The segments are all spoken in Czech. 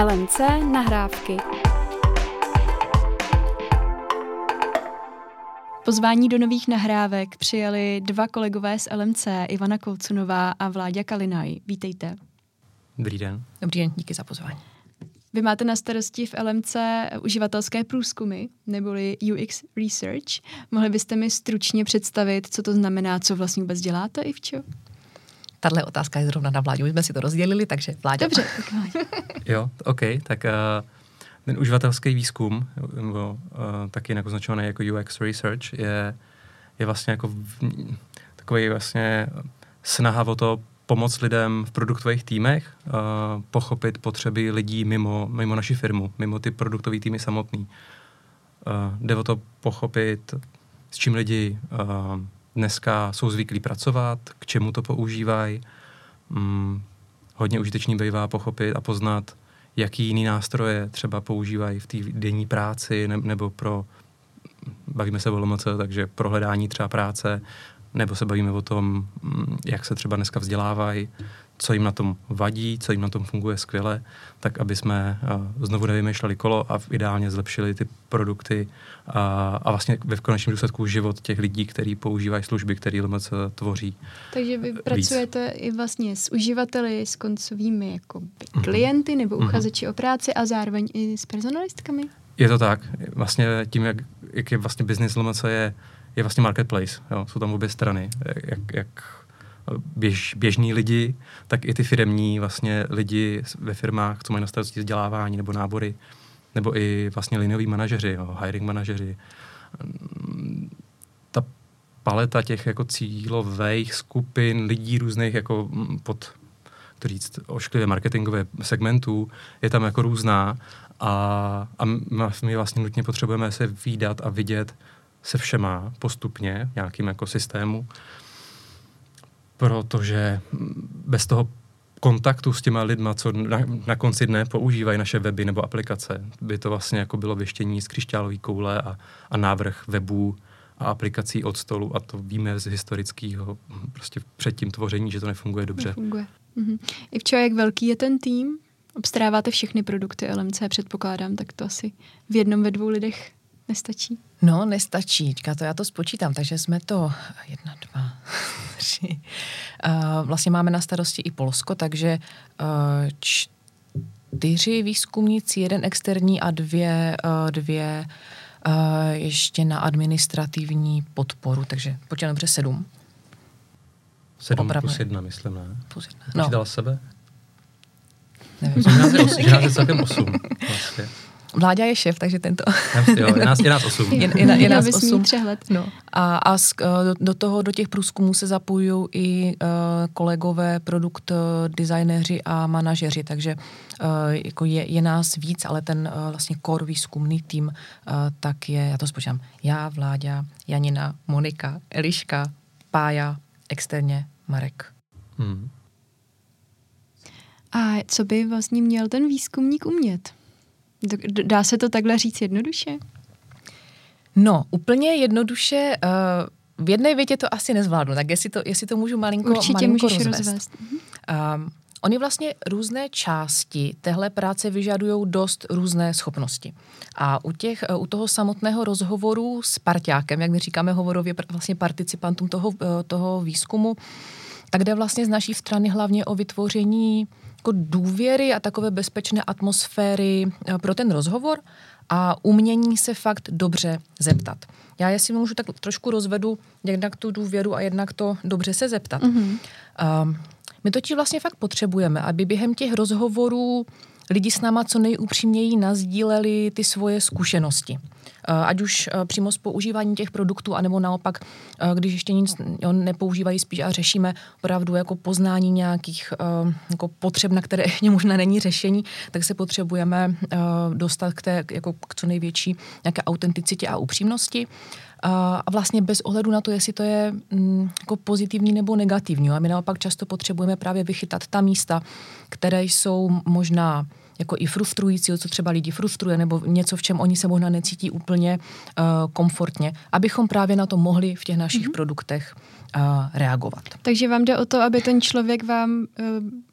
LMC nahrávky. Pozvání do nových nahrávek přijali dva kolegové z LMC, Ivana Kolcunová a Vláďa Kalinaj. Vítejte. Dobrý den. Dobrý den, díky za pozvání. Vy máte na starosti v LMC uživatelské průzkumy, neboli UX Research. Mohli byste mi stručně představit, co to znamená, co vlastně vůbec děláte, Ivčo? Tahle otázka je zrovna na Vláďu. My jsme si to rozdělili, takže Vláďa. Dobře, tak Vláďa. Jo, OK, tak ten uživatelský výzkum, nebo taky jinak označovaný jako UX Research, je vlastně jako takový vlastně snaha o to pomoct lidem v produktových týmech pochopit potřeby lidí mimo naši firmu, mimo ty produktové týmy samotný. Jde o to pochopit, s čím lidi dneska jsou zvyklí pracovat, k čemu to používají. Hodně užitečný bývá pochopit a poznat, jaký jiný nástroje třeba používají v té denní práci nebo bavíme se o LMC, takže pro hledání třeba práce, nebo se bavíme o tom, jak se třeba dneska vzdělávají, co jim na tom vadí, co jim na tom funguje skvěle, tak aby jsme znovu nevymýšleli kolo a ideálně zlepšili ty produkty a vlastně ve konečném důsledku život těch lidí, kteří používají služby, které LMC tvoří. Takže vy pracujete i vlastně s uživateli, s koncovými jako klienty nebo uchazeči o práci a zároveň i s personalistkami? Je to tak. Vlastně tím, jak je vlastně business LMC je vlastně marketplace. Jo? Jsou tam obě strany. Jak běžní lidi, tak i ty firemní vlastně lidi ve firmách, co mají na starosti vzdělávání nebo nábory, nebo i vlastně linioví manažeři, hiring manažeři. Ta paleta těch jako cílových skupin lidí různých jako pod, to říct, ošklivě marketingové segmentů je tam jako různá a my vlastně nutně potřebujeme se vídat a vidět se všema postupně v nějakým jako systému, protože bez toho kontaktu s těma lidma, co na konci dne používají naše weby nebo aplikace, by to vlastně jako bylo věštění z křišťálové koule a návrh webů a aplikací od stolu a to víme z historického prostě před tím tvoření, že to nefunguje dobře. Nefunguje. Ivčo, jak velký je ten tým? Obstaráváte všechny produkty LMC, předpokládám, tak to asi v jednom, ve dvou lidech nestačí? No, nestačí. Já to spočítám, takže jsme to 1, 2, 3. Vlastně máme na starosti i Polsko, takže 4 výzkumníci, 1 externí a 2 ještě na administrativní podporu, takže počítám dobře 7. 7 plus 1, myslím, ne? Plus 1. Počítala sebe? Nevím. Že nás je celkem 8. Vlastně. Vláďa je šéf, takže tento... Jo, je nás 8. Je nás 8. přehled. No. Do těch průzkumů se zapojují i kolegové, produkt designéři a manažeři, takže jako je nás víc, ale ten vlastně core výzkumný tým tak je, já to spočítám, já, Vláďa, Janina, Monika, Eliška, Pája, externě Marek. A co by vlastně měl ten výzkumník umět? Dá se to takhle říct jednoduše? No, úplně jednoduše, v jedné větě to asi nezvládnu, tak jestli to můžu malinko rozvést. Ony vlastně různé části téhle práce vyžadují dost různé schopnosti. A u toho samotného rozhovoru s parťákem, jak my říkáme hovorově vlastně participantům toho výzkumu, tak jde vlastně z naší strany hlavně o vytvoření jako důvěry a takové bezpečné atmosféry pro ten rozhovor a umění se fakt dobře zeptat. Já jestli můžu tak trošku rozvedu jednak tu důvěru a jednak to dobře se zeptat. My totiž vlastně fakt potřebujeme, aby během těch rozhovorů lidi s náma co nejupřímněji nasdíleli ty svoje zkušenosti. Ať už přímo s používáním těch produktů, anebo naopak, když ještě nic nepoužívají spíš a řešíme opravdu jako poznání nějakých jako potřeb, na které ještě možná není řešení, tak se potřebujeme dostat k co největší nějaké autenticitě a upřímnosti. A vlastně bez ohledu na to, jestli to je jako pozitivní nebo negativní. A my naopak často potřebujeme právě vychytat ta místa, které jsou možná jako i frustrující, co třeba lidi frustruje, nebo něco, v čem oni se možná necítí úplně komfortně, abychom právě na to mohli v těch našich produktech reagovat. Takže vám jde o to, aby ten člověk vám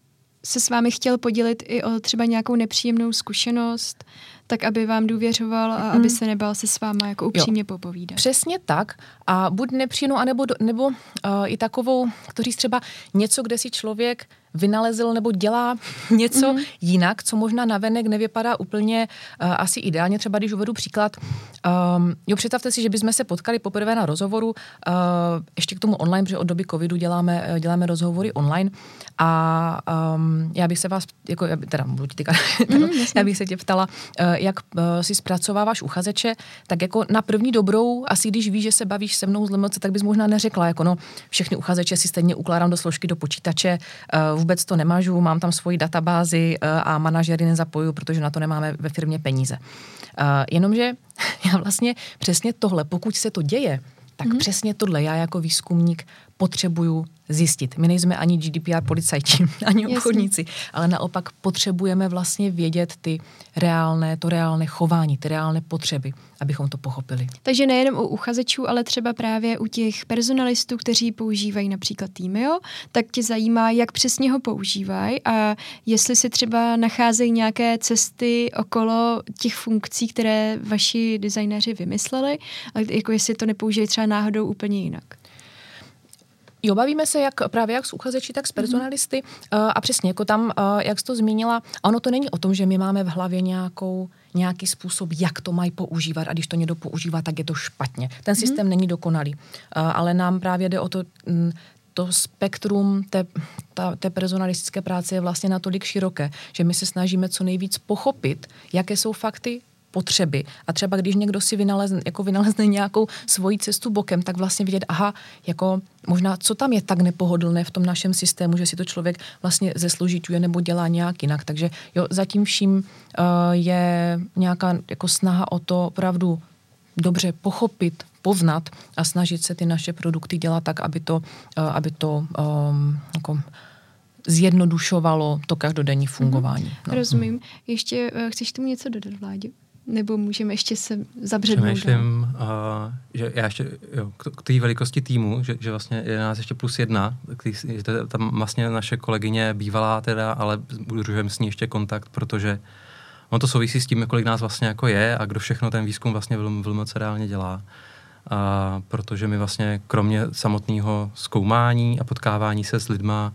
se s vámi chtěl podělit i o třeba nějakou nepříjemnou zkušenost, tak aby vám důvěřoval a aby se nebál se s váma jako upřímně popovídat. Přesně tak. A buď nepříjemnou, nebo i takovou, kteří třeba něco, kde si člověk vynalezl nebo dělá něco jinak, co možná navenek nevypadá úplně asi ideálně. Třeba když uvedu příklad, představte si, že bychom se potkali poprvé na rozhovoru, ještě k tomu online, protože od doby covidu děláme rozhovory online a já bych se vás, já bych se tě ptala, jak si zpracováváš uchazeče, tak jako na první dobrou, asi když víš, že se bavíš se mnou z LMC, tak bys možná neřekla, jako no, všechny uchazeče si stejně ukládám do složky do počítače, vůbec to nemažu, mám tam svoji databázi a manažery nezapojuju, protože na to nemáme ve firmě peníze. Jenomže já vlastně přesně tohle, pokud se to děje, tak přesně tohle já jako výzkumník potřebuju zjistit. My nejsme ani GDPR policajti, ani obchodníci, ale naopak potřebujeme vlastně vědět to reálné chování, ty reálné potřeby, abychom to pochopili. Takže nejenom u uchazečů, ale třeba právě u těch personalistů, kteří používají například Teamio, tak tě zajímá, jak přesně ho používají a jestli si třeba nacházejí nějaké cesty okolo těch funkcí, které vaši designéři vymysleli, jako jestli to nepoužijí třeba náhodou úplně jinak. Jo, bavíme se jak s uchazeči, tak s personalisty a přesně, jako tam, jak jsi to zmínila, ono to není o tom, že my máme v hlavě nějaký způsob, jak to mají používat a když to někdo používá, tak je to špatně. Ten systém není dokonalý, ale nám právě jde o to spektrum té personalistické práce je vlastně natolik široké, že my se snažíme co nejvíc pochopit, jaké jsou fakty, potřeby. A třeba když někdo si vynalezne nějakou svoji cestu bokem, tak vlastně vidět, jako možná, co tam je tak nepohodlné v tom našem systému, že si to člověk vlastně zesložiťuje nebo dělá nějak jinak. Takže jo, zatím vším je nějaká jako snaha o to opravdu dobře pochopit, poznat a snažit se ty naše produkty dělat tak, aby to jako zjednodušovalo to každodenní fungování. No. Rozumím. Ještě chceš tomu něco dodat, Vláďo? Nebo můžeme ještě se zabřednout? Přemýšlím, že já ještě k té velikosti týmu, že vlastně je nás ještě +1, že tam vlastně naše kolegyně bývalá teda, ale udržujeme s ní ještě kontakt, protože on to souvisí s tím, kolik nás vlastně jako je a kdo všechno ten výzkum vlastně v LMC reálně dělá. Protože my vlastně kromě samotného zkoumání a potkávání se s lidma,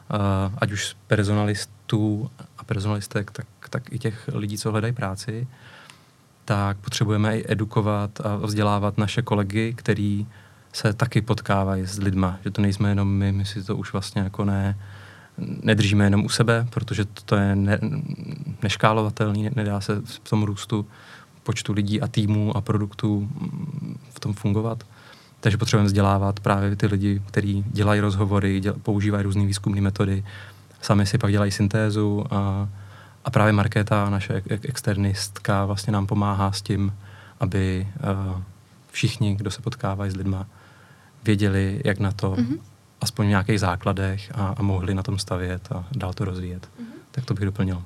ať už personalistů a personalistek, tak i těch lidí, co hledají práci, tak potřebujeme i edukovat a vzdělávat naše kolegy, který se taky potkávají s lidma. Že to nejsme jenom my si to už vlastně jako nedržíme jenom u sebe, protože to je neškálovatelný, nedá se v tom růstu počtu lidí a týmů a produktů v tom fungovat. Takže potřebujeme vzdělávat právě ty lidi, kteří dělají rozhovory, používají různé výzkumné metody, sami si pak dělají syntézu a právě Markéta, naše externistka, vlastně nám pomáhá s tím, aby všichni, kdo se potkávají s lidma, věděli, jak na to, aspoň v nějakých základech a mohli na tom stavět a dál to rozvíjet. Tak to bych doplnil.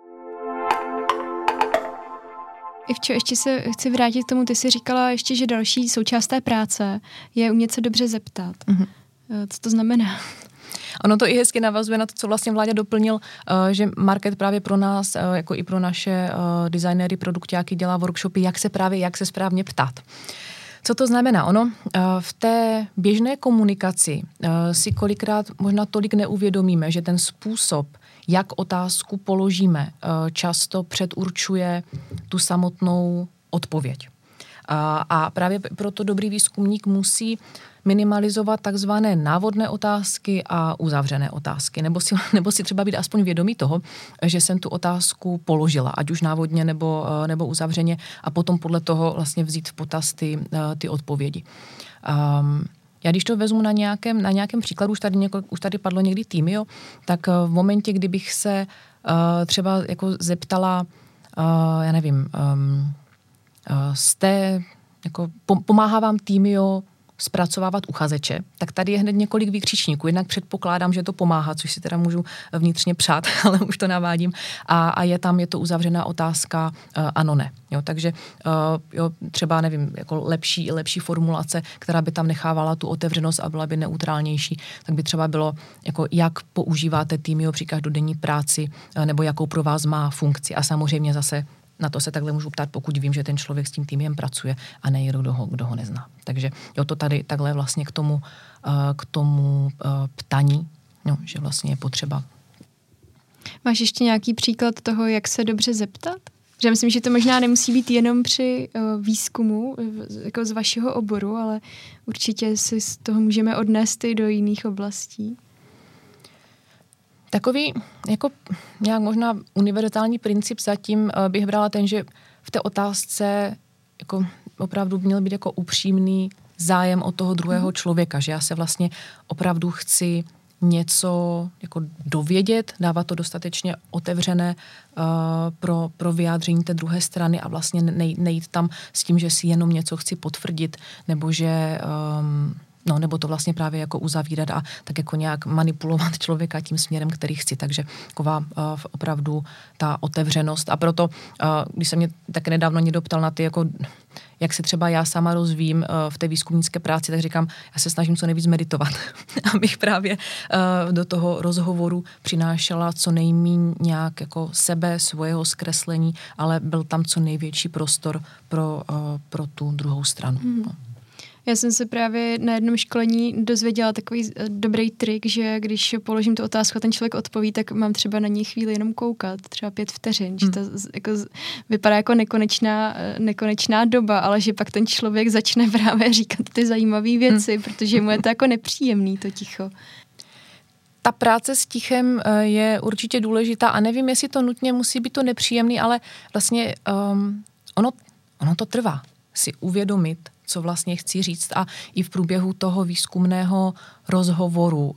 Ivčo, ještě se chci vrátit k tomu, ty jsi říkala ještě, že další součást té práce je umět se dobře zeptat. Co to znamená? Ono to i hezky navazuje na to, co vlastně Vláďa doplnil, že Market právě pro nás, jako i pro naše designéry, produkťáky dělá workshopy, jak se správně ptát. Co to znamená? Ono v té běžné komunikaci si kolikrát možná tolik neuvědomíme, že ten způsob, jak otázku položíme, často předurčuje tu samotnou odpověď. A právě proto dobrý výzkumník musí minimalizovat takzvané návodné otázky a uzavřené otázky. Nebo si třeba být aspoň vědomý toho, že jsem tu otázku položila, ať už návodně nebo uzavřeně, a potom podle toho vlastně vzít v potaz ty odpovědi. Já když to vezmu na nějakém příkladu, už tady padlo někdy Teamio, tak v momentě, kdybych se třeba jako zeptala, já nevím, pomáhá vám Teamio zpracovávat uchazeče, tak tady je hned několik výkřičníků. Jednak předpokládám, že to pomáhá, což si teda můžu vnitřně přát, ale už to navádím. A je to uzavřená otázka ano, ne. Jo, takže třeba, nevím, jako lepší formulace, která by tam nechávala tu otevřenost a byla by neutrálnější, tak by třeba bylo, jako jak používáte Teamio při každodenní práci, nebo jakou pro vás má funkci. A samozřejmě zase na to se takhle můžu ptát, pokud vím, že ten člověk s tím týmem pracuje a ne někdo, kdo ho nezná. Takže to tady takhle vlastně k tomu ptání, no, že vlastně je potřeba. Máš ještě nějaký příklad toho, jak se dobře zeptat? Že myslím, že to možná nemusí být jenom při výzkumu jako z vašeho oboru, ale určitě si z toho můžeme odnést i do jiných oblastí. Takový jako nějak možná univerzální princip zatím bych brala ten, že v té otázce jako opravdu měl být jako upřímný zájem o toho druhého člověka, že já se vlastně opravdu chci něco jako dovědět, dávat to dostatečně otevřené pro vyjádření té druhé strany a vlastně nejít tam s tím, že si jenom něco chci potvrdit, nebo že nebo to vlastně právě jako uzavírat a tak jako nějak manipulovat člověka tím směrem, který chci. Takže taková opravdu ta otevřenost. A proto, když se mě tak nedávno někdo ptal na ty, jako, jak se třeba já sama rozvím v té výzkumnické práci, tak říkám, já se snažím co nejvíc meditovat, abych právě do toho rozhovoru přinášela co nejméně nějak jako sebe, svého zkreslení, ale byl tam co největší prostor pro tu druhou stranu. No. Já jsem se právě na jednom školení dozvěděla takový dobrý trik, že když položím tu otázku a ten člověk odpoví, tak mám třeba na něj chvíli jenom koukat, třeba 5 vteřin, že to jako vypadá jako nekonečná doba, ale že pak ten člověk začne právě říkat ty zajímavé věci, protože mu je to jako nepříjemný to ticho. Ta práce s tichem je určitě důležitá a nevím, jestli to nutně musí být to nepříjemný, ale vlastně ono to trvá si uvědomit, co vlastně chci říct a i v průběhu toho výzkumného rozhovoru.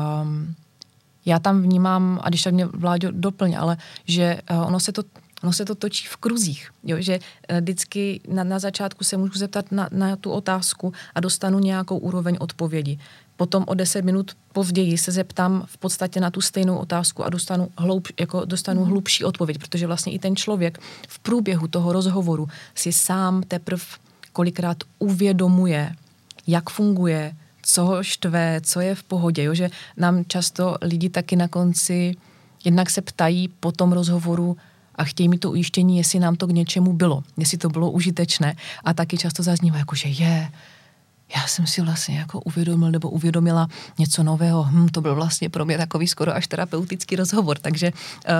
Já tam vnímám, a když tak mě Vláďo doplň, ale že ono se to točí v kruzích, jo? Že vždycky na začátku se můžu zeptat na tu otázku a dostanu nějakou úroveň odpovědi. Potom o 10 minut později se zeptám v podstatě na tu stejnou otázku a dostanu hlubší odpověď, protože vlastně i ten člověk v průběhu toho rozhovoru si sám teprve kolikrát uvědomuje, jak funguje, co ho štve, co je v pohodě. Jo? Že nám často lidi taky na konci jednak se ptají po tom rozhovoru a chtějí mi to ujištění, jestli nám to k něčemu bylo, jestli to bylo užitečné. A taky často zaznívá, jakože já jsem si vlastně jako uvědomil nebo uvědomila něco nového. To byl vlastně pro mě takový skoro až terapeutický rozhovor. Takže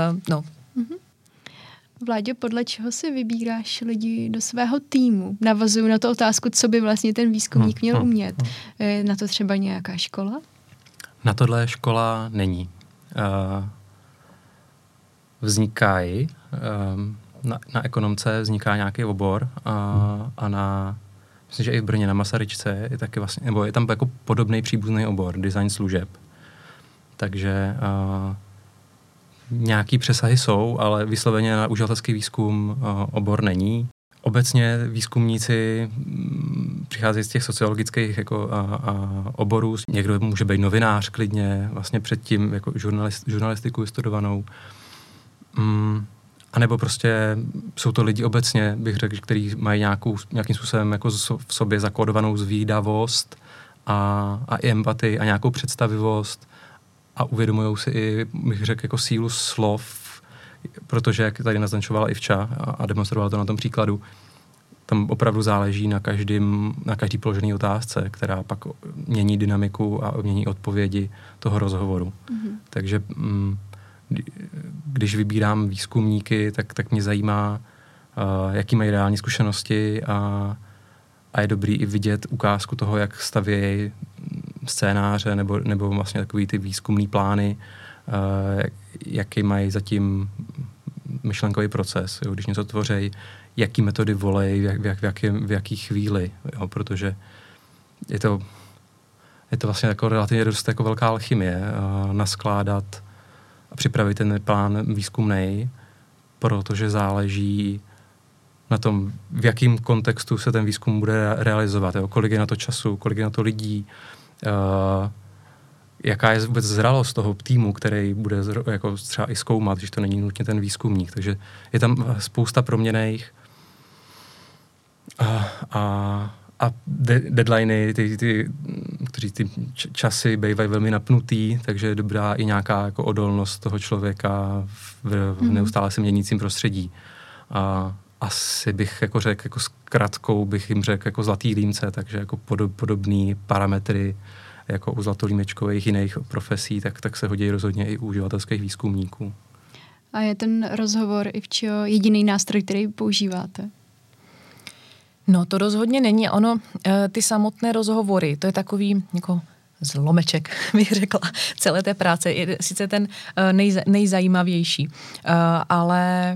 Vláďo, podle čeho si vybíráš lidi do svého týmu? Navazuju na tu otázku, co by vlastně ten výzkumník měl umět. Je na to třeba nějaká škola? Na tohle škola není. Vznikají. Na ekonomce vzniká nějaký obor a myslím, že i v Brně na Masaryčce je taky vlastně, nebo je tam jako podobný příbuzný obor, design služeb. Takže nějaký přesahy jsou, ale vysloveně na uživatelský výzkum obor není. Obecně výzkumníci přicházejí z těch sociologických jako, oborů. Někdo může být novinář klidně, vlastně předtím jako žurnalistiku studovanou. A nebo prostě jsou to lidi obecně, bych řekl, kteří mají nějakým způsobem jako v sobě zakódovanou zvídavost a i empatii a nějakou představivost a uvědomují si i, bych řekl, jako sílu slov, protože, jak tady naznačovala Ivča a demonstrovala to na tom příkladu, tam opravdu záleží na každý položený otázce, která pak mění dynamiku a mění odpovědi toho rozhovoru. Takže když vybírám výzkumníky, tak mě zajímá, jaký mají reální zkušenosti a je dobrý i vidět ukázku toho, jak stavějí scénáře nebo vlastně takový ty výzkumný plány, jaký mají zatím myšlenkový proces, jo, když něco tvoří, jaký metody volejí, v jaký chvíli, jo, protože je to vlastně jako relativně dost jako velká alchymie naskládat a připravit ten plán výzkumnej, protože záleží na tom, v jakém kontextu se ten výzkum bude realizovat, jo? Kolik je na to času, kolik je na to lidí, jaká je vůbec zralost toho týmu, který bude jako třeba i zkoumat, když to není nutně ten výzkumník. Takže je tam spousta proměnných a deadliny, kteří ty časy bývají velmi napnutý, takže je dobrá i nějaká jako odolnost toho člověka v neustále se měnícím prostředí. A asi bych jako řekl, jako zkratkou bych jim řekl jako zlatý límce, takže jako podobný parametry jako u zlatolímečkových jiných profesí, tak se hodí rozhodně i u uživatelských výzkumníků. A je ten rozhovor IVČO jediný nástroj, který používáte? No to rozhodně není. Ono, ty samotné rozhovory, to je takový jako zlomeček, bych řekla, celé té práce. Je sice ten nejzajímavější, ale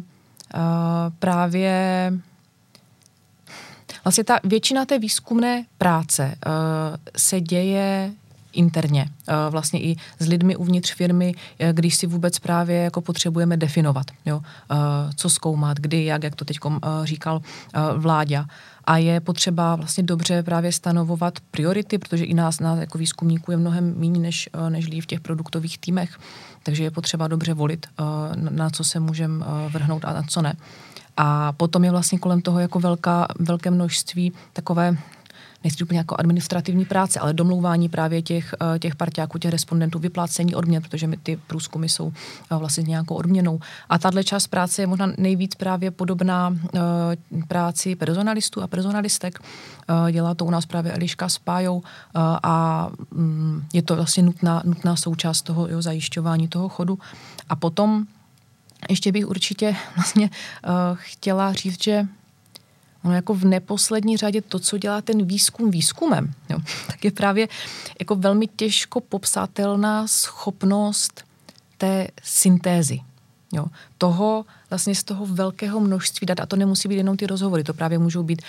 právě vlastně ta většina té výzkumné práce se děje interně, vlastně i s lidmi uvnitř firmy, když si vůbec právě jako potřebujeme definovat, jo, co zkoumat, kdy, jak to teď říkal Vláďa. A je potřeba vlastně dobře právě stanovovat priority, protože i nás jako výzkumníků je mnohem méně než v těch produktových týmech. Takže je potřeba dobře volit, na co se můžeme vrhnout a na co ne. A potom je vlastně kolem toho jako velké množství takové, nechci úplně jako administrativní práce, ale domlouvání právě těch parťáků, těch respondentů, vyplácení odměn, protože ty průzkumy jsou vlastně nějakou odměnou. A tahle část práce je možná nejvíc právě podobná práci personalistů a personalistek. Dělá to u nás právě Eliška s Pájou a je to vlastně nutná součást toho zajišťování toho chodu. A potom ještě bych určitě vlastně chtěla říct, že ono jako v neposlední řadě to, co dělá ten výzkum výzkumem, jo, tak je právě jako velmi těžko popsatelná schopnost té syntézy. Jo, toho vlastně z toho velkého množství dat, a to nemusí být jenom ty rozhovory, to právě můžou být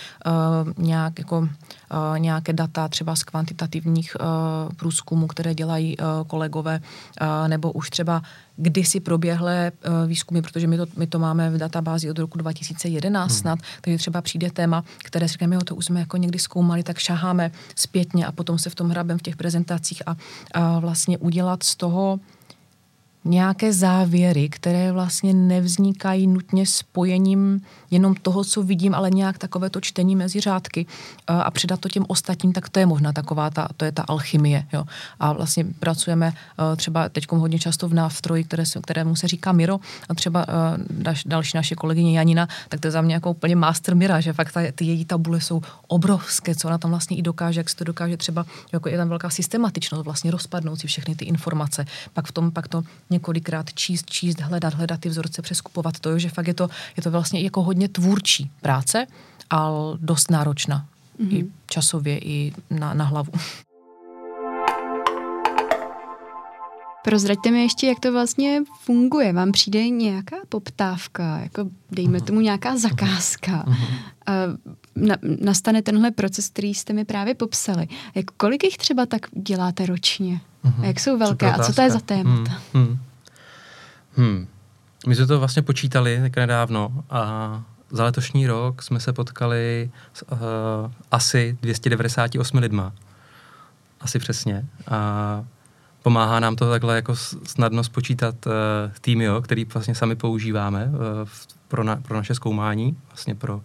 nějaké data třeba z kvantitativních průzkumů, které dělají kolegové, nebo už třeba kdysi proběhlé výzkumy, protože my to máme v databázi od roku 2011 snad, takže třeba přijde téma, které si říkáme, to už jsme jako někdy zkoumali, tak šaháme zpětně a potom se v tom hrabem v těch prezentacích a vlastně udělat z toho nějaké závěry, které vlastně nevznikají nutně spojením jenom toho, co vidím, ale nějak takové to čtení mezi řádky a předat to těm ostatním, tak to je možná to je ta alchymie. Jo. A vlastně pracujeme třeba teď hodně často v nástroji, kterému se říká Miro, a třeba další naše kolegyně Janina, tak to je za mě jako úplně master Mira, že fakt ty její tabule jsou obrovské, co ona tam vlastně i dokáže, jak se to dokáže třeba, jako je tam velká systematičnost, vlastně rozpadnout si všechny ty informace, pak to několikrát číst, hledat ty vzorce, přeskupovat to, že fakt je to vlastně jako hodně tvůrčí práce, ale dost náročná. I časově, i na hlavu. Prozraďte mi ještě, jak to vlastně funguje. Vám přijde nějaká poptávka, jako dejme tomu nějaká zakázka. Nastane tenhle proces, který jste mi právě popsali. Kolik jich třeba tak děláte ročně? A jak jsou velké? A co to je za témata? My jsme to vlastně počítali tak nedávno a za letošní rok jsme se potkali s asi 298 lidma. Asi přesně. A pomáhá nám to takhle jako snadno spočítat Týmio, který vlastně sami používáme pro naše zkoumání, vlastně pro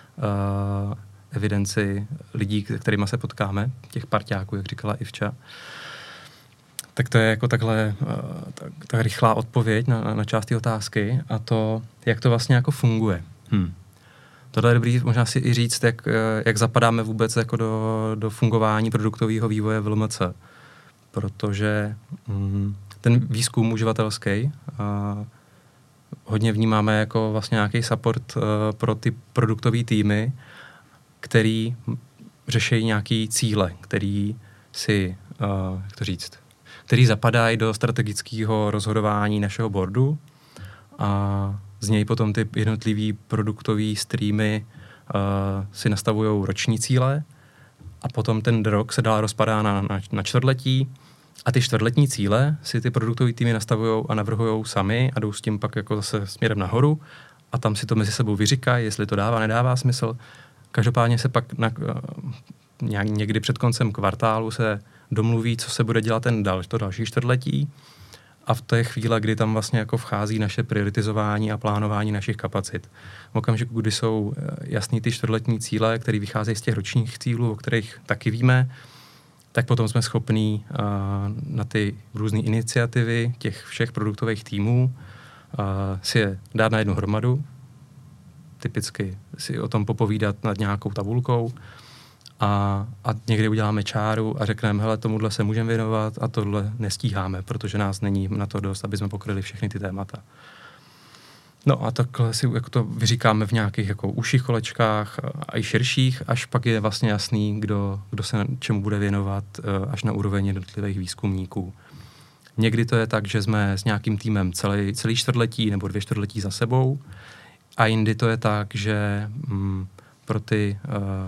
evidenci lidí, s kterými se potkáme, těch parťáků, jak říkala Ivča. Tak to je jako takhle tak rychlá odpověď na část té otázky a to, jak to vlastně jako funguje. Tohle je dobrý možná si i říct, jak zapadáme vůbec jako do fungování produktového vývoje v LMC. Protože ten výzkum uživatelský hodně vnímáme jako vlastně nějaký support pro ty produktové týmy, který řeší nějaký cíle, který si, jak to říct, který zapadají do strategického rozhodování našeho boardu a z něj potom ty jednotlivý produktový streamy si nastavují roční cíle a potom ten rok se dál rozpadá na čtvrtletí a ty čtvrtletní cíle si ty produktový týmy nastavují a navrhují sami a jdou s tím pak jako zase směrem nahoru a tam si to mezi sebou vyříkají, jestli to dává, nedává smysl. Každopádně se pak někdy před koncem kvartálu se domluví, co se bude dělat to další čtvrtletí, a v té chvíli, kdy tam vlastně jako vchází naše prioritizování a plánování našich kapacit. V okamžiku, kdy jsou jasný ty čtvrtletní cíle, které vycházejí z těch ročních cílů, o kterých taky víme, tak potom jsme schopní na ty různé iniciativy těch všech produktových týmů si je dát na jednu hromadu, typicky si o tom popovídat nad nějakou tabulkou a někdy uděláme čáru a řekneme, hele, tomuhle se můžeme věnovat a tohle nestíháme, protože nás není na to dost, aby jsme pokryli všechny ty témata. No a takhle si jako to vyříkáme v nějakých jako užších kolečkách a i širších, až pak je vlastně jasný, kdo se čemu bude věnovat až na úroveň jednotlivých výzkumníků. Někdy to je tak, že jsme s nějakým týmem celý čtvrtletí nebo 2 čtvrtletí za sebou, a jindy to je tak, že pro ty,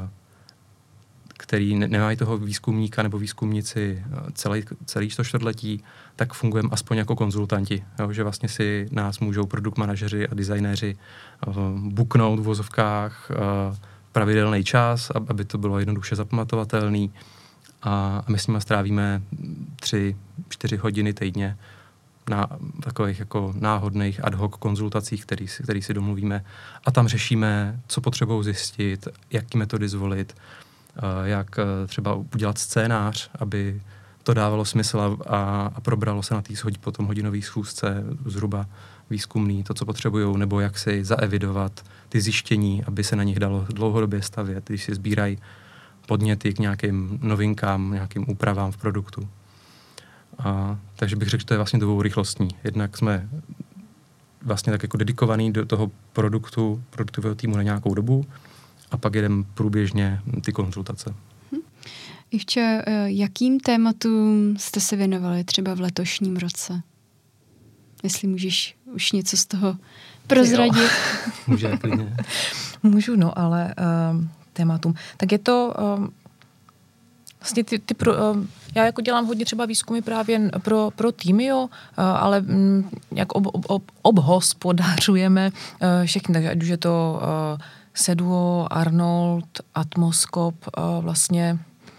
který nemají toho výzkumníka nebo výzkumnici celý to čtvrtletí, tak fungujeme aspoň jako konzultanti. Jo? Že vlastně si nás můžou produkt manažeři a designéři booknout v vozovkách pravidelný čas, aby to bylo jednoduše zapamatovatelný. A my s nimi strávíme 3-4 hodiny týdně na takových jako náhodných ad hoc konzultacích, který si domluvíme. A tam řešíme, co potřebují zjistit, jaký metody zvolit, jak třeba udělat scénář, aby to dávalo smysl a probralo se na té potom hodinové schůzce zhruba výzkumný, to, co potřebujou, nebo jak si zaevidovat ty zjištění, aby se na nich dalo dlouhodobě stavět, když si sbírají podněty k nějakým novinkám, nějakým úpravám v produktu. Takže bych řekl, že to je vlastně dvourychlostní. Jednak jsme vlastně tak jako dedikovaný do toho produktového týmu na nějakou dobu a pak jedeme průběžně ty konzultace. Ivčo, jakým tématům jste se věnovali třeba v letošním roce? Jestli můžeš už něco z toho prozradit. Může, klidně. Můžu, no, ale tématům. Tak je to vlastně já jako dělám hodně třeba výzkumy právě pro Týmio, ale jak obhospodařujeme všechny, takže ať už je to Seduo, Arnold, Atmoskop, vlastně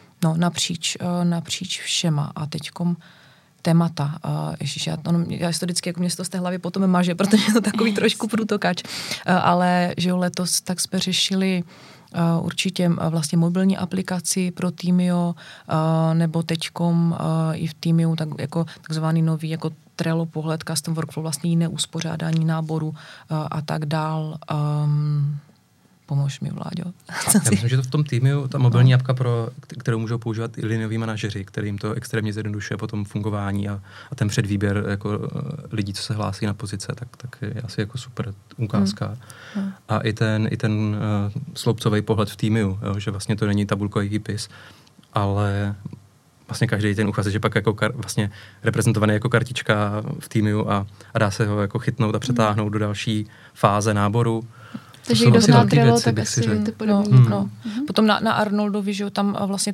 napříč všema. A teďkom témata. Já si to vždycky, jako mě to z té hlavy potom maže, protože je to takový trošku průtokač. Ale že letos tak jsme řešili určitě vlastně mobilní aplikaci pro Týmio, nebo teďkom i v Týmiu takzvaný nový jako Trello pohled, custom workflow, vlastně jiné uspořádání náboru a tak dál. Pomož mi, Vláďo. Já myslím, že to v tom Týmiu, ta mobilní apka, kterou můžou používat i linioví manažeři, kterým to extrémně zjednodušuje potom fungování a ten předvýběr jako lidí, co se hlásí na pozice, tak je asi jako super ukázka. A i ten sloupcový pohled v Týmiu, jo, že vlastně to není tabulkový výpis, ale vlastně každý ten uchazeč je pak jako vlastně reprezentovaný jako kartička v Týmiu a dá se ho jako chytnout a přetáhnout do další fáze náboru. Takže kdo zná Trello, tak asi to podobný. Potom na Arnoldovi, že tam vlastně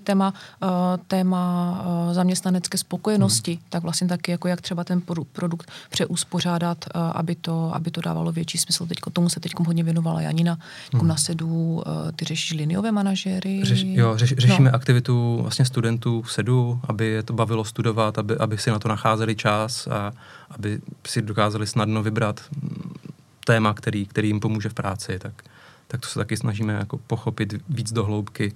téma zaměstnanecké spokojenosti, tak vlastně taky jako jak třeba ten produkt přeuspořádat, aby to dávalo větší smysl. Tomu se teď hodně věnovala Janina, jako na Sedu, ty řešíš liniové manažéry. Řešíme aktivitu vlastně studentů v Sedu, aby je to bavilo studovat, aby si na to nacházeli čas a aby si dokázali snadno vybrat téma, který jim pomůže v práci, tak to se taky snažíme jako pochopit víc do hloubky.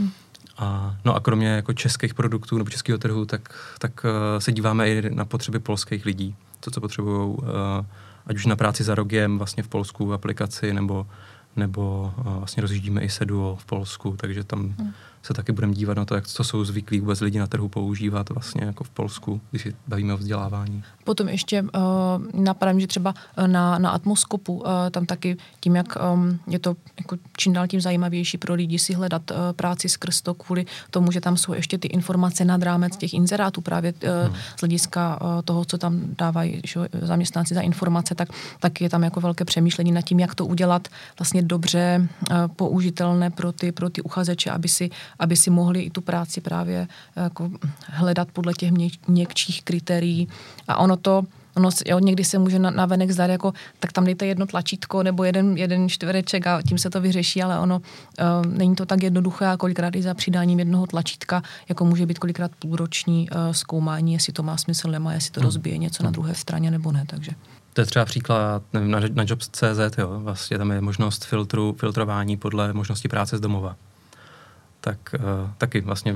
A kromě jako českých produktů nebo českého trhu, tak se díváme i na potřeby polských lidí. To, co potřebují, ať už na práci za rogiem vlastně v Polsku v aplikaci, nebo vlastně rozjíždíme i Seduo v Polsku, takže tam se taky budeme dívat na to, co jsou zvyklí vůbec lidi na trhu používat vlastně jako v Polsku, když si bavíme o vzdělávání. Potom ještě napadá, že třeba na Atmoskopu, tam taky tím, jak je to jako čím dál tím zajímavější pro lidi si hledat práci skrz to kvůli tomu, že tam jsou ještě ty informace nad rámec těch inzerátů právě z hlediska toho, co tam dávají zaměstnanci za informace, tak je tam jako velké přemýšlení nad tím, jak to udělat vlastně dobře použitelné pro ty uchazeče, aby si mohli i tu práci právě jako hledat podle těch měkčích kritérií. A ono to někdy se může navenek zdát jako, tak tam dejte jedno tlačítko nebo jeden čtvereček a tím se to vyřeší, ale ono není to tak jednoduché a kolikrát i za přidáním jednoho tlačítka, jako může být kolikrát půlroční zkoumání, jestli to má smysl, nemá, jestli to rozbije něco na druhé straně nebo ne, takže. To je třeba příklad, nevím, na Jobs.cz, jo, vlastně tam je možnost filtrování podle možnosti práce z domova. Tak taky vlastně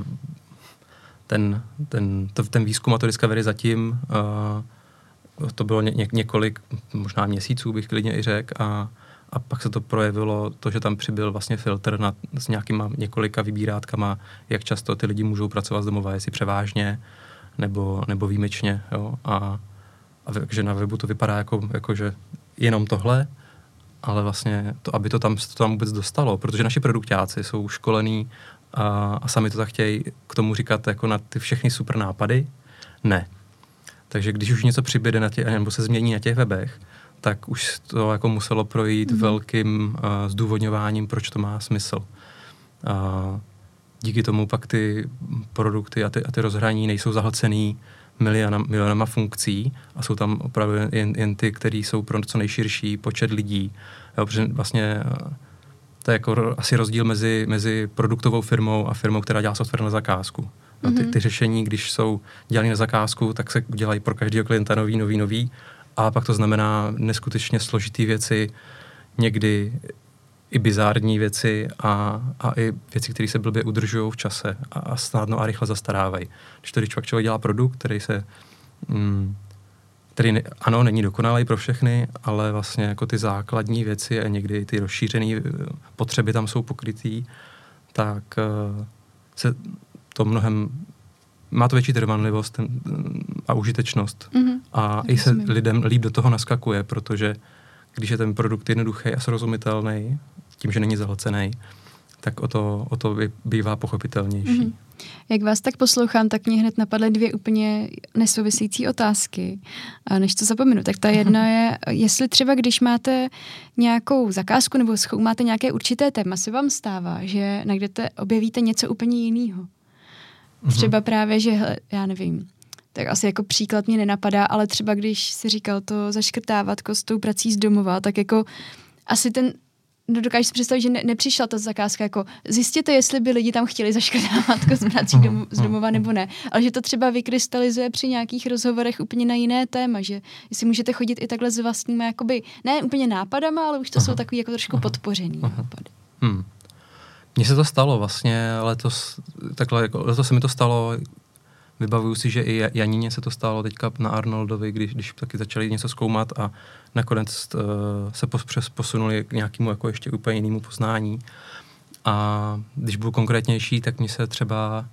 ten výzkum a to Discovery zatím to bylo několik, možná měsíců bych klidně i řekl a pak se to projevilo to, že tam přibyl vlastně filtr s nějakýma několika vybírátkama, jak často ty lidi můžou pracovat z domova, jestli převážně nebo výjimečně, jo, takže na webu to vypadá jako že jenom tohle, ale vlastně to, aby to tam vůbec dostalo, protože naši produkťáci jsou školení a sami to tak chtějí k tomu říkat jako na ty všechny super nápady, ne. Takže když už něco přibyde nebo se změní na těch webech, tak už to jako muselo projít velkým zdůvodňováním, proč to má smysl. Díky tomu pak ty produkty a ty rozhraní nejsou zahlcený milionama funkcí a jsou tam opravdu jen ty, které jsou pro co nejširší počet lidí. Jo, protože vlastně to je jako asi rozdíl mezi produktovou firmou a firmou, která dělá software na zakázku. Ty řešení, když jsou dělané na zakázku, tak se dělají pro každého klienta nový, a pak to znamená neskutečně složitý věci, někdy i bizární věci a i věci, které se blbě udržují v čase a snadno a rychle zastarávají. Když člověk dělá produkt, který ano, není dokonalý pro všechny, ale vlastně jako ty základní věci a někdy ty rozšířené potřeby tam jsou pokrytý, tak se to má to větší trvanlivost a užitečnost. A i se lidem líp do toho naskakuje, protože když je ten produkt jednoduchý a srozumitelný, tím, že není zahlcený, tak o to bývá pochopitelnější. Jak vás tak poslouchám, tak mě hned napadly 2 úplně nesouvisící otázky. A než to zapomenu, tak ta jedna je, jestli třeba když máte nějakou zakázku nebo zkoumáte nějaké určité téma, se vám stává, že najdete, objevíte něco úplně jiného. Třeba právě, že já nevím, tak asi jako příklad mě nenapadá, ale třeba když si říkal to zaškrtávatko s tou prací z domova, tak jako asi dokážeš si představit, že nepřišla ta zakázka jako zjistěte, jestli by lidi tam chtěli zaškrtávatko s prací z domova nebo ne, ale že to třeba vykrystalizuje při nějakých rozhovorech úplně na jiné téma, že jestli můžete chodit i takhle s vlastníma jakoby, ne úplně nápadama, ale už to jsou takový jako trošku podpořený nápady. Mně se to stalo vlastně letos se mi to stalo, vybavuju si, že i Janině se to stalo teďka na Arnoldovi, když taky začali něco zkoumat a nakonec se posunuli k nějakému jako ještě úplně jinému poznání. A když budu konkrétnější, tak mně se třeba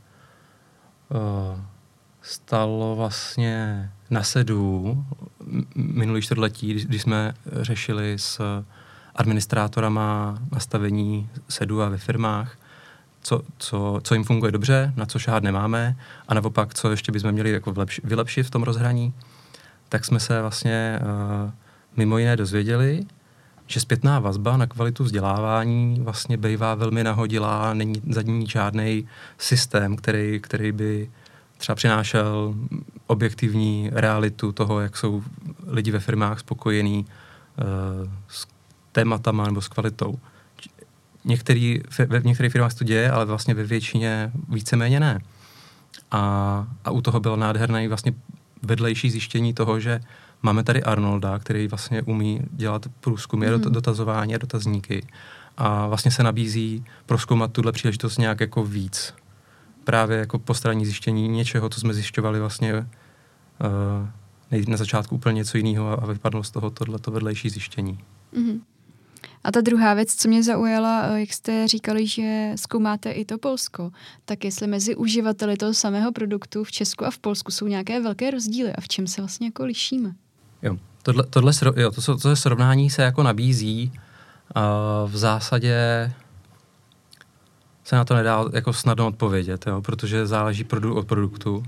stalo vlastně na SEDu minulý čtvrtletí, když jsme řešili s administrátorama nastavení SEDu a ve firmách, co jim funguje dobře, na co šáhat nemáme a naopak, co ještě bychom měli jako vylepšit v tom rozhraní, tak jsme se vlastně mimo jiné dozvěděli, že zpětná vazba na kvalitu vzdělávání vlastně bývá velmi nahodilá, není za ní žádný systém, který by třeba přinášel objektivní realitu toho, jak jsou lidi ve firmách spokojení s tématama nebo s kvalitou. V některých firmách to děje, ale vlastně ve většině víceméně ne. A u toho bylo nádherné vlastně vedlejší zjištění toho, že máme tady Arnolda, který vlastně umí dělat průzkumy, dotazování a dotazníky. A vlastně se nabízí prozkoumat tuhle příležitost nějak jako víc. Právě jako postranní zjištění něčeho, co jsme zjišťovali vlastně na začátku úplně něco jiného a vypadlo z toho tohleto vedlejší zjištění. A ta druhá věc, co mě zaujala, jak jste říkali, že zkoumáte i to Polsko, tak jestli mezi uživateli toho samého produktu v Česku a v Polsku jsou nějaké velké rozdíly a v čem se vlastně jako lišíme? Jo, to srovnání se jako nabízí. V zásadě se na to nedá jako snadno odpovědět, jo, protože záleží od produktu.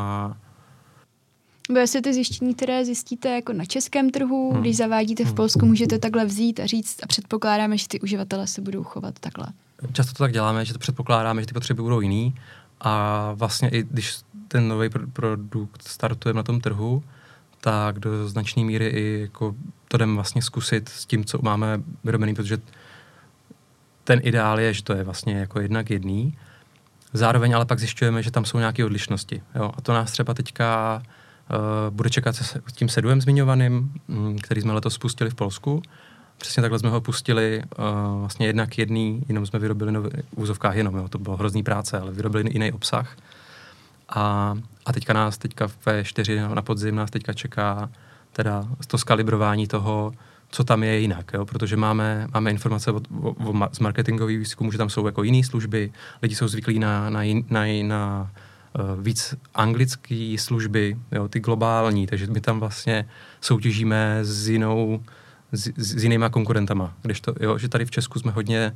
Bo jestli ty zjištění, které zjistíte jako na českém trhu, když zavádíte v Polsku, můžete takhle vzít a říct a předpokládáme, že ty uživatelé se budou chovat takhle. Často to tak děláme, že to předpokládáme, že ty potřeby budou jiný a vlastně i když ten nový produkt startujeme na tom trhu, tak do značné míry i jako to jdeme vlastně zkusit s tím, co máme vyrobený, protože ten ideál je, že to je vlastně jako 1:1. Zároveň ale pak zjišťujeme, že tam jsou nějaké odlišnosti. Jo? A to nás třeba teďka bude čekat s tím seduvem zmiňovaným, který jsme letos spustili v Polsku. Přesně takhle jsme ho pustili vlastně 1:1, jenom jsme vyrobili v úzovkách jenom, jo? To bylo hrozný práce, ale vyrobili jiný obsah. A teďka v P4 na podzim nás teďka čeká teda to skalibrování toho, co tam je jinak, jo? Protože máme informace z marketingových výzkumů, že tam jsou jako jiné služby, lidi jsou zvyklí na víc anglické služby, jo? Ty globální, takže my tam vlastně soutěžíme s jinýma konkurentama, kdežto, jo? Že tady v Česku jsme hodně,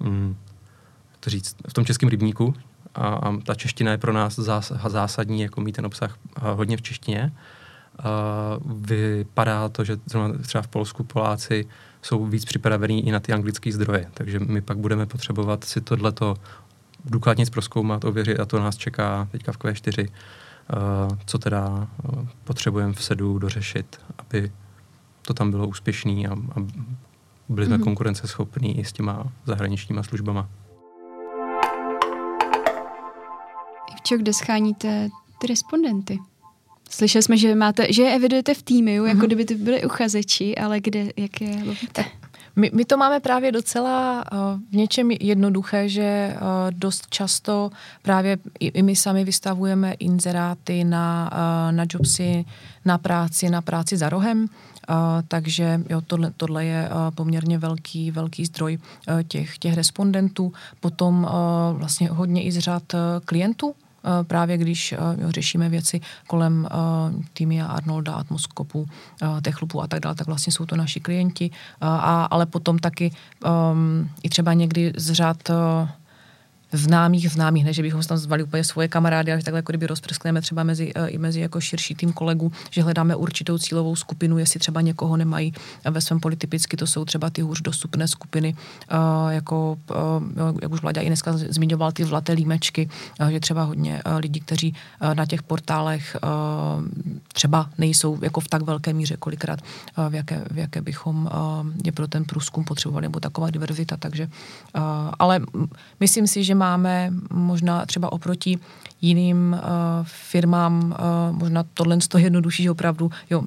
v tom českém rybníku a ta čeština je pro nás zásadní, jako mít ten obsah hodně v češtině. Vypadá to, že třeba v Polsku Poláci jsou víc připravení i na ty anglické zdroje, takže my pak budeme potřebovat si tohleto důkladně zprozkoumat, ověřit a to nás čeká teďka v Q4, co teda potřebujeme v sedu dořešit, aby to tam bylo úspěšný a byli jsme konkurenceschopní i s těma zahraničníma službama. Ivčo, kde scháníte ty respondenty? Slyšeli jsme, že je evidujete v týmu, jako kdyby to byli uchazeči, ale jak je lovíte? My to máme právě docela v něčem jednoduché, že dost často právě i my sami vystavujeme inzeráty na jobsy, na práci za rohem, takže jo, tohle je poměrně velký zdroj těch respondentů. Potom vlastně hodně i z řad klientů, právě když řešíme věci kolem Týmy a Arnolda, Atmoskopu, Techlupu a tak dále, tak vlastně jsou to naši klienti, ale potom taky i třeba někdy z řad známých, ne, že bychom tam zvali úplně svoje kamarády, ale takhle jako kdyby rozprskneme třeba mezi jako širší tým kolegů, že hledáme určitou cílovou skupinu, jestli třeba někoho nemají ve svém poli, typicky to jsou třeba ty hůř dostupné skupiny, jak už Vláďa i dneska zmiňoval ty zlaté límečky, že třeba hodně lidí, kteří na těch portálech třeba nejsou jako v tak velké míře kolikrát, v jaké bychom je pro ten průzkum potřebovali, nebo taková diverzita, takže ale myslím si, že máme možná třeba oproti jiným firmám možná tohle z toho jednodušší, že opravdu jo,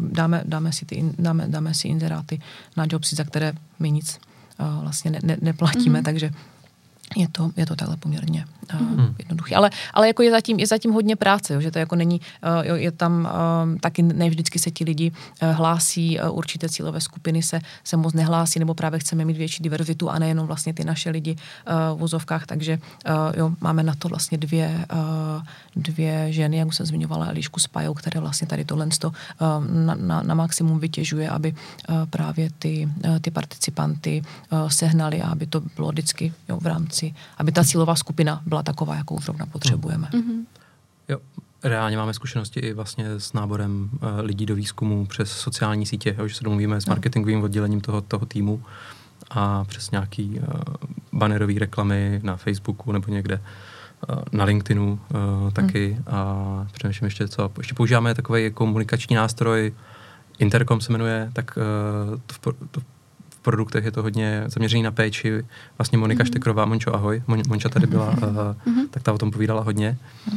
dáme si inzeráty na jobsy, za které my nic vlastně neplatíme, takže je to takhle poměrně jednoduché. Ale jako je zatím hodně práce, jo, že to jako není, je tam taky ne vždycky se ti lidi hlásí, určité cílové skupiny se moc nehlásí, nebo právě chceme mít větší diverzitu a nejenom vlastně ty naše lidi v vozovkách, takže jo, máme na to vlastně dvě ženy, jak už jsem zmiňovala, Elišku s Pajou, které vlastně tady tohle na maximum vytěžuje, aby právě ty participanty sehnali a aby to bylo vždycky jo, v rámci, aby ta cílová skupina byla taková, jakou zrovna potřebujeme. Jo, reálně máme zkušenosti i vlastně s náborem lidí do výzkumu přes sociální sítě, že se domluvíme s marketingovým oddělením toho týmu a přes nějaký bannerový reklamy na Facebooku nebo někde na LinkedInu taky a přemýšlím ještě ještě používáme takový komunikační nástroj, Intercom se jmenuje, tak to v produktech je to hodně zaměřený na péči. Vlastně Monika Štekrová, Mončo, ahoj. Monča tady byla, tak ta o tom povídala hodně.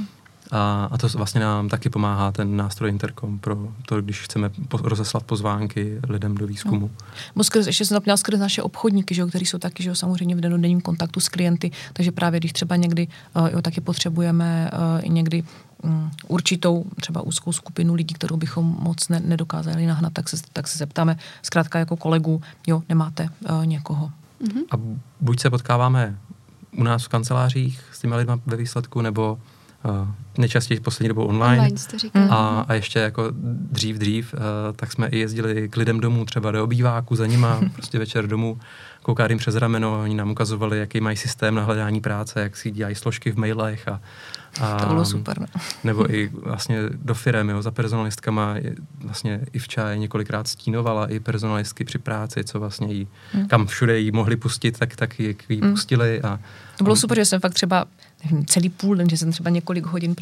A to vlastně nám taky pomáhá ten nástroj Intercom pro to, když chceme rozeslat pozvánky lidem do výzkumu. Ještě jsem zapomněla skrz naše obchodníky, že, kteří jsou taky že, samozřejmě v dennodenním kontaktu s klienty, takže právě když třeba někdy taky potřebujeme i někdy určitou třeba úzkou skupinu lidí, kterou bychom moc nedokázali nahnat, tak se zeptáme zkrátka jako kolegů, jo, nemáte někoho. A buď se potkáváme u nás v kancelářích s těmi lidmi ve výsledku, nebo nejčastěji poslední dobou online a ještě jako dřív, tak jsme i jezdili k lidem domů, třeba do obýváku za nima, prostě večer domů, koukat jim přes rameno, oni nám ukazovali, jaký mají systém na hledání práce, jak si dělají složky v mailech a to bylo super, ne? Nebo i vlastně do firem, jo, za personalistkama, vlastně Ivča je několikrát stínovala i personalistky při práci, co vlastně jí, kam všude jí mohli pustit, tak jí pustili. A to bylo super, že jsem fakt třeba celý půl den, že jsem třeba několik hodin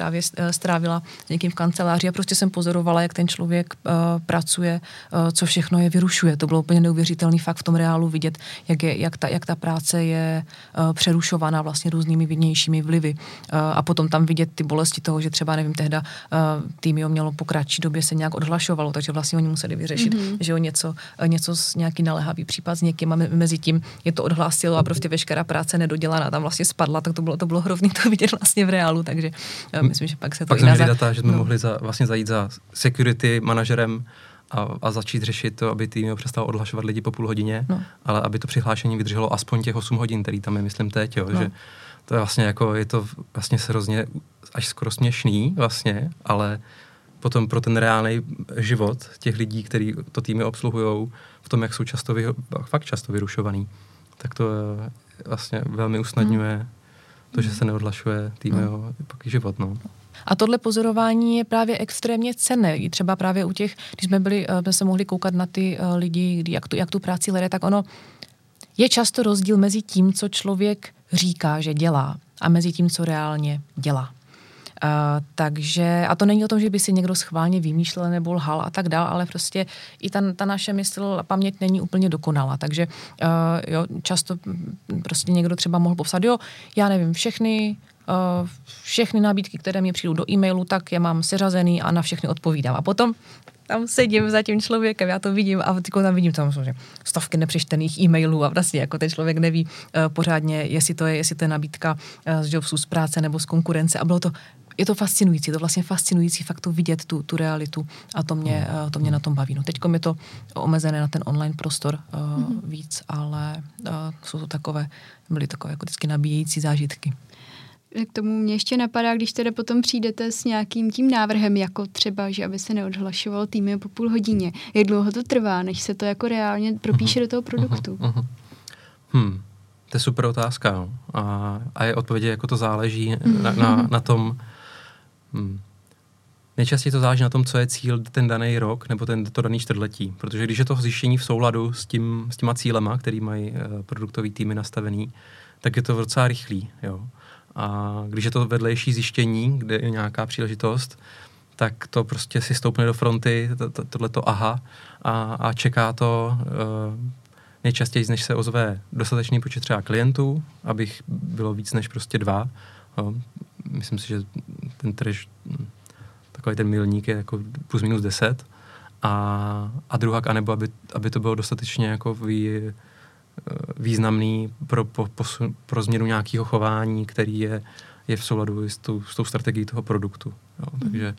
právě strávila někým v kanceláři a prostě jsem pozorovala, jak ten člověk pracuje, co všechno je vyrušuje. To bylo úplně neuvěřitelný fakt v tom reálu vidět, jak ta práce je přerušovaná vlastně různými vnějšími vlivy. A potom tam vidět ty bolesti toho, že třeba, nevím, tehda Týmio mělo po kratší době se nějak odhlašovalo, takže vlastně oni museli vyřešit, že něco nějaký naléhavý případ s někým a mezi tím je to odhlásilo a prostě veškerá práce nedodělaná tam vlastně spadla, tak to bylo hrozný to vidět vlastně v reálu, takže myslím, že pak se to pak jsme data, že jsme mohli vlastně zajít za security manažerem a začít řešit to, aby Týmio přestal odhlašovat lidi po půl hodině, ale aby to přihlášení vydrželo aspoň těch 8 hodin, který tam je, myslím, teď, jo, že to je vlastně jako, je to vlastně hrozně až skoro směšný vlastně, ale potom pro ten reálný život těch lidí, kteří to týmy obsluhujou, v tom, jak jsou fakt často vyrušovaný, tak to vlastně velmi usnadňuje to, že se neodhlašuje týmio pak život, no. A tohle pozorování je právě extrémně cenné. I třeba právě u těch, když jsme se mohli koukat na ty lidi, jak tu práci hledá, tak ono je často rozdíl mezi tím, co člověk říká, že dělá, a mezi tím, co reálně dělá. Takže, a to není o tom, že by si někdo schválně vymýšlel nebo lhal a tak dál, ale prostě i ta naše mysl a paměť není úplně dokonalá. Takže často prostě někdo třeba mohl popsat, já nevím, všechny nabídky, které mi přijdou do e-mailu, tak je mám seřazený a na všechny odpovídám. A potom tam sedím za tím člověkem, já to vidím a tam vidím stovky nepřečtených e-mailů a vlastně jako ten člověk neví pořádně, jestli to je nabídka z jobsu, z práce nebo z konkurence a je to fascinující, to vlastně fascinující fakt to vidět tu realitu a to mě na tom baví. No, teďkom je to omezené na ten online prostor víc, ale byly takové jako vždycky nabíjející zážitky. K tomu mě ještě napadá, když teda potom přijdete s nějakým tím návrhem, jako třeba, že aby se neodhlašoval týmy po půl hodině. Jak dlouho to trvá, než se to jako reálně propíše do toho produktu? To je super otázka. No. A je odpověď, jako to záleží na tom. Nejčastěji to záleží na tom, co je cíl ten daný rok nebo to daný čtvrtletí. Protože když je to zjištění v souladu s těma cílema, který mají produktový týmy nastavený, tak je to docela rychlý. Jo. A když je to vedlejší zjištění, kde je nějaká příležitost, tak to prostě si stoupne do fronty, tohleto a čeká to nejčastěji, než se ozve dostatečný počet třeba klientů, abych bylo víc než prostě 2. Jo. Myslím si, že ten takový ten milník je jako plus minus 10. A druhak, anebo aby to bylo dostatečně jako významný pro změnu nějakého chování, který je v souladu s tou strategií toho produktu. Jo. Takže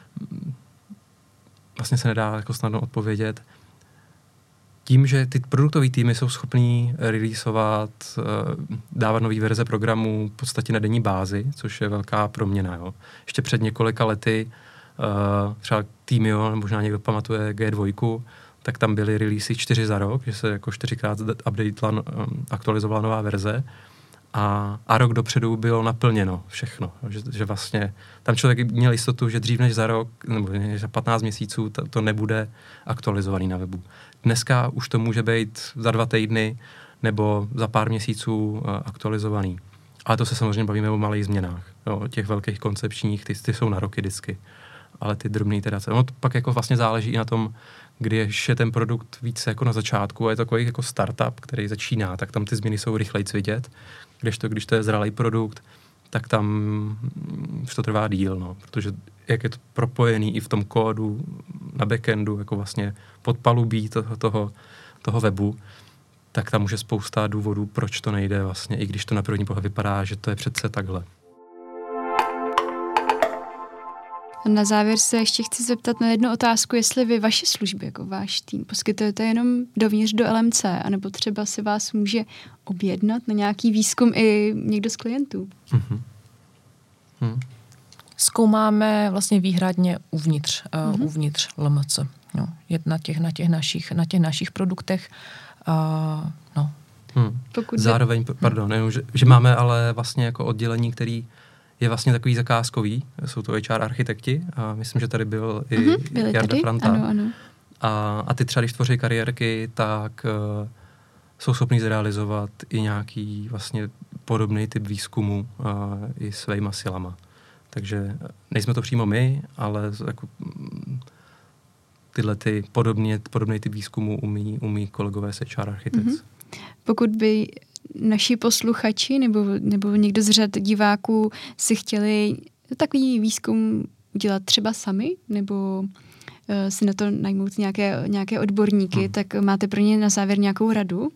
vlastně se nedá jako snadno odpovědět. Tím, že ty produktové týmy jsou schopní releaseovat, dávat nový verze programů v podstatě na denní bázi, což je velká proměna. Jo. Ještě před několika lety třeba Týmio, možná někdo pamatuje G2, tak tam byly releasy 4 za rok, že se jako 4x aktualizovala nová verze a rok dopředu bylo naplněno všechno. Že vlastně tam člověk měl jistotu, že dřív než za rok nebo za 15 měsíců to nebude aktualizovaný na webu. Dneska už to může být za 2 týdny nebo za pár měsíců aktualizovaný. Ale to se samozřejmě bavíme o malých změnách. Jo, těch velkých koncepčních, ty jsou na roky vždycky. Ale ty drobné iterace. No to pak jako vlastně záleží i na tom, když je ten produkt více jako na začátku a je to takový jako startup, který začíná, tak tam ty změny jsou rychlejc vidět. Když to je zralý produkt, tak tam už to trvá díl, no, protože jak je to propojený i v tom kódu na backendu, jako vlastně podpalubí toho webu, tak tam už je spousta důvodů, proč to nejde vlastně, i když to na první pohled vypadá, že to je přece takhle. Na závěr se ještě chci zeptat na jednu otázku, jestli vy vaše služby, jako váš tým, poskytujete jenom dovnitř do LMC, anebo třeba si vás může objednat na nějaký výzkum i někdo z klientů. Zkoumáme vlastně výhradně uvnitř LMC. No, na těch našich produktech. Zároveň, že máme ale vlastně jako oddělení, který je vlastně takový zakázkový, jsou to HR architekti a myslím, že tady byl i Jarda Franta. Ano. A ty třeba, když tvoří kariérky, tak jsou schopní zrealizovat i nějaký vlastně podobný typ výzkumu i svýma silama. Takže nejsme to přímo my, ale jako, tyhle ty podobný typ výzkumu umí kolegové z HR Architects. Pokud by naši posluchači nebo někdo z řad diváků si chtěli takový výzkum udělat třeba sami, nebo si na to najmout nějaké odborníky, tak máte pro ně na závěr nějakou radu?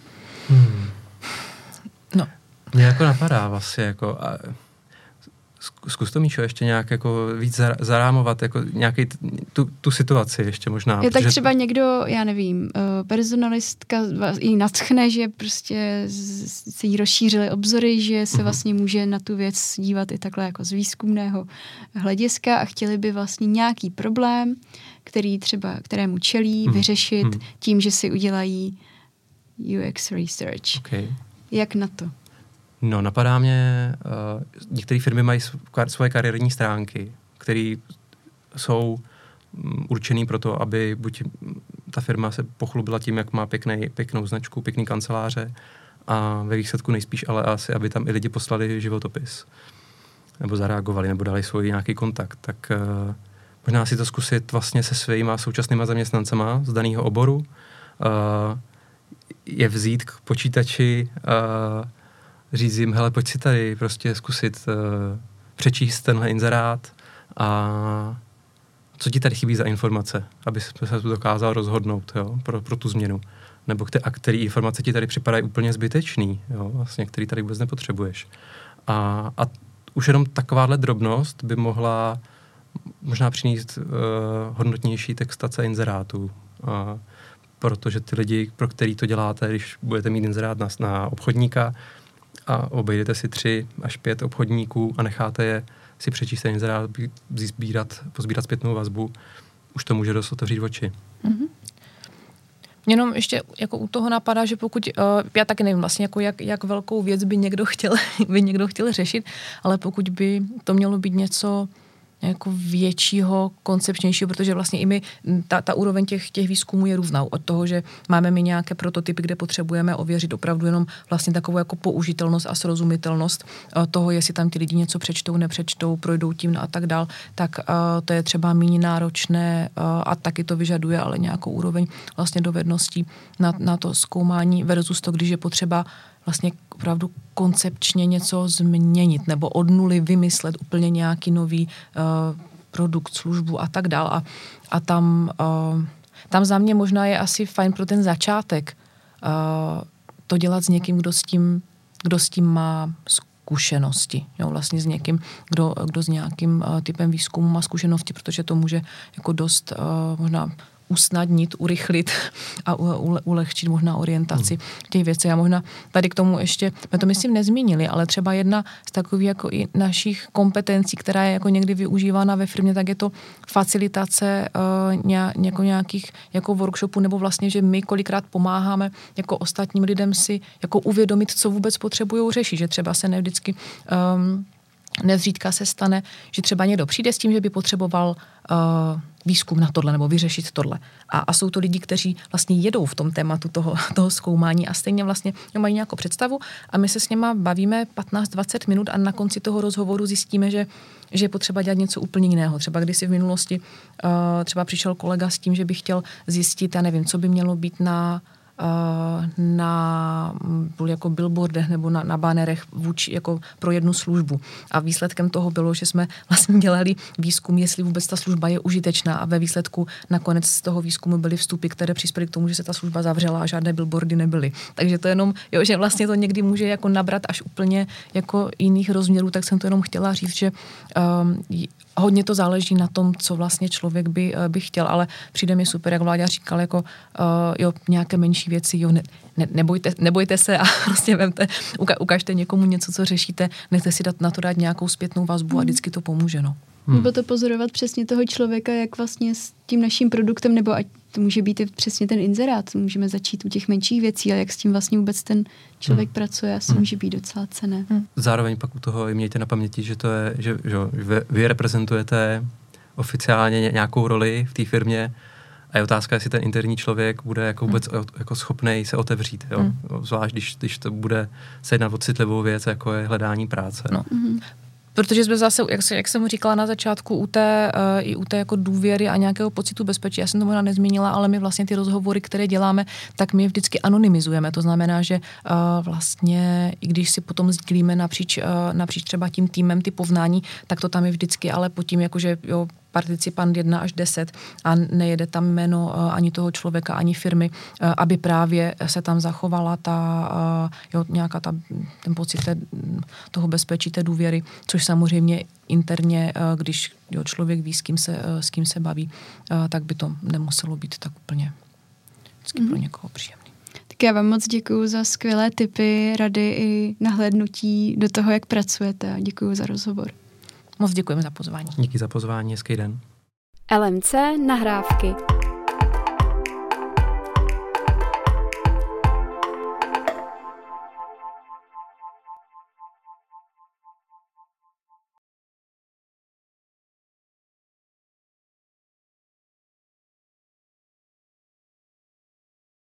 No. Mě jako napadá vlastně, jako zkus to, Míšo, ještě nějak jako víc zarámovat jako nějaký tu situaci ještě možná. Tak třeba někdo, já nevím, personalistka jí nadchne, že prostě se jí rozšířily obzory, že se vlastně může na tu věc dívat i takhle jako z výzkumného hlediska a chtěli by vlastně nějaký problém, kterému čelí, vyřešit tím, že si udělají UX research. Okay. Jak na to? No, napadá mě, některé firmy mají svoje kariérní stránky, které jsou určený pro to, aby buď ta firma se pochlubila tím, jak má pěknou značku, pěkný kanceláře a ve výsledku nejspíš ale asi, aby tam i lidi poslali životopis nebo zareagovali, nebo dali svůj nějaký kontakt. Tak možná si to zkusit vlastně se svýma současnýma zaměstnancema z daného oboru, je vzít k počítači, říct jim, hele, pojď si tady prostě zkusit přečíst tenhle inzerát a co ti tady chybí za informace, aby se dokázal rozhodnout, jo, pro tu změnu. Nebo který informace ti tady připadají úplně zbytečný, jo, vlastně, který tady vůbec nepotřebuješ. A už jenom takováhle drobnost by mohla možná přinést hodnotnější textace inzerátů. Protože ty lidi, pro který to děláte, když budete mít inzerát na obchodníka a obejdete si 3 až 5 obchodníků a necháte je si přečíst ten inzerát, pozbírat zpětnou vazbu, už to může dost otevřít oči. Mm-hmm. Jenom ještě jako u toho napadá, že pokud, já taky nevím vlastně, jako jak velkou věc by někdo chtěl řešit, ale pokud by to mělo být něco jako většího, koncepčnějšího, protože vlastně i my, ta úroveň těch výzkumů je různá. Od toho, že máme my nějaké prototypy, kde potřebujeme ověřit opravdu jenom vlastně takovou jako použitelnost a srozumitelnost toho, jestli tam ti lidi něco přečtou, nepřečtou, projdou tím a tak dál, tak to je třeba méně náročné a taky to vyžaduje ale nějakou úroveň vlastně dovedností na to zkoumání versus to, když je potřeba vlastně opravdu koncepčně něco změnit nebo od nuly vymyslet úplně nějaký nový produkt, službu a tak dál. A tam za mě možná je asi fajn pro ten začátek to dělat s někým, kdo s tím má zkušenosti. Jo, vlastně s někým, kdo s nějakým typem výzkumu má zkušenosti, protože to může jako dost možná usnadnit, urychlit a ulehčit možná orientaci těch věcí. A možná tady k tomu ještě, my to myslím nezmínili, ale třeba jedna z takových jako i našich kompetencí, která je jako někdy využívána ve firmě, tak je to facilitace nějakých jako workshopů, nebo vlastně, že my kolikrát pomáháme jako ostatním lidem si jako uvědomit, co vůbec potřebujou řešit, že třeba se nevždycky nezřídka se stane, že třeba někdo přijde s tím, že by potřeboval výzkum na tohle nebo vyřešit tohle. A jsou to lidi, kteří vlastně jedou v tom tématu toho zkoumání a stejně vlastně mají nějakou představu a my se s něma bavíme 15-20 minut a na konci toho rozhovoru zjistíme, že je potřeba dělat něco úplně jiného. Třeba když si v minulosti třeba přišel kolega s tím, že by chtěl zjistit, já nevím, co by mělo být na jako billboardech nebo na banerech jako pro jednu službu. A výsledkem toho bylo, že jsme vlastně dělali výzkum, jestli vůbec ta služba je užitečná a ve výsledku nakonec z toho výzkumu byly vstupy, které přispěly k tomu, že se ta služba zavřela a žádné billboardy nebyly. Takže to jenom, že vlastně to někdy může jako nabrat až úplně jako jiných rozměrů, tak jsem to jenom chtěla říct, že hodně to záleží na tom, co vlastně člověk by chtěl, ale přijde mi super, jak Vláďa říkal, jako nějaké menší věci, nebojte se a prostě vemte, ukažte někomu něco, co řešíte, nechte si na to dát nějakou zpětnou vazbu a vždycky to pomůže, no. Nebo to pozorovat přesně toho člověka, jak vlastně s tím naším produktem, nebo ať to může být i přesně ten inzerát, můžeme začít u těch menších věcí, ale jak s tím vlastně vůbec ten člověk pracuje, asi může být docela cenné. Zároveň pak u toho i mějte na paměti, že to je, že vy reprezentujete oficiálně nějakou roli v té firmě a je otázka, jestli ten interní člověk bude jako vůbec jako schopnej se otevřít, jo? Zvlášť, když to bude se jednat o citlivou věc, jako je hledání práce. No. Protože jsme zase, jak jsem říkala na začátku, i u té jako důvěry a nějakého pocitu bezpečí, já jsem to možná nezmínila, ale my vlastně ty rozhovory, které děláme, tak my je vždycky anonymizujeme. To znamená, že vlastně, i když si potom sdílíme napříč třeba tím týmem ty poznání, tak to tam je vždycky, ale pod tím, jakože jo, participant 1 až 10 a nejede tam jméno ani toho člověka, ani firmy, aby právě se tam zachovala nějaká ten pocit toho bezpečí, té důvěry, což samozřejmě interně, když člověk ví, s kým se baví, tak by to nemuselo být tak úplně vždycky pro někoho příjemný. Tak já vám moc děkuju za skvělé tipy, rady i nahlédnutí do toho, jak pracujete a děkuju za rozhovor. Moc děkujeme za pozvání. Díky za pozvání, hezký den. LMC nahrávky.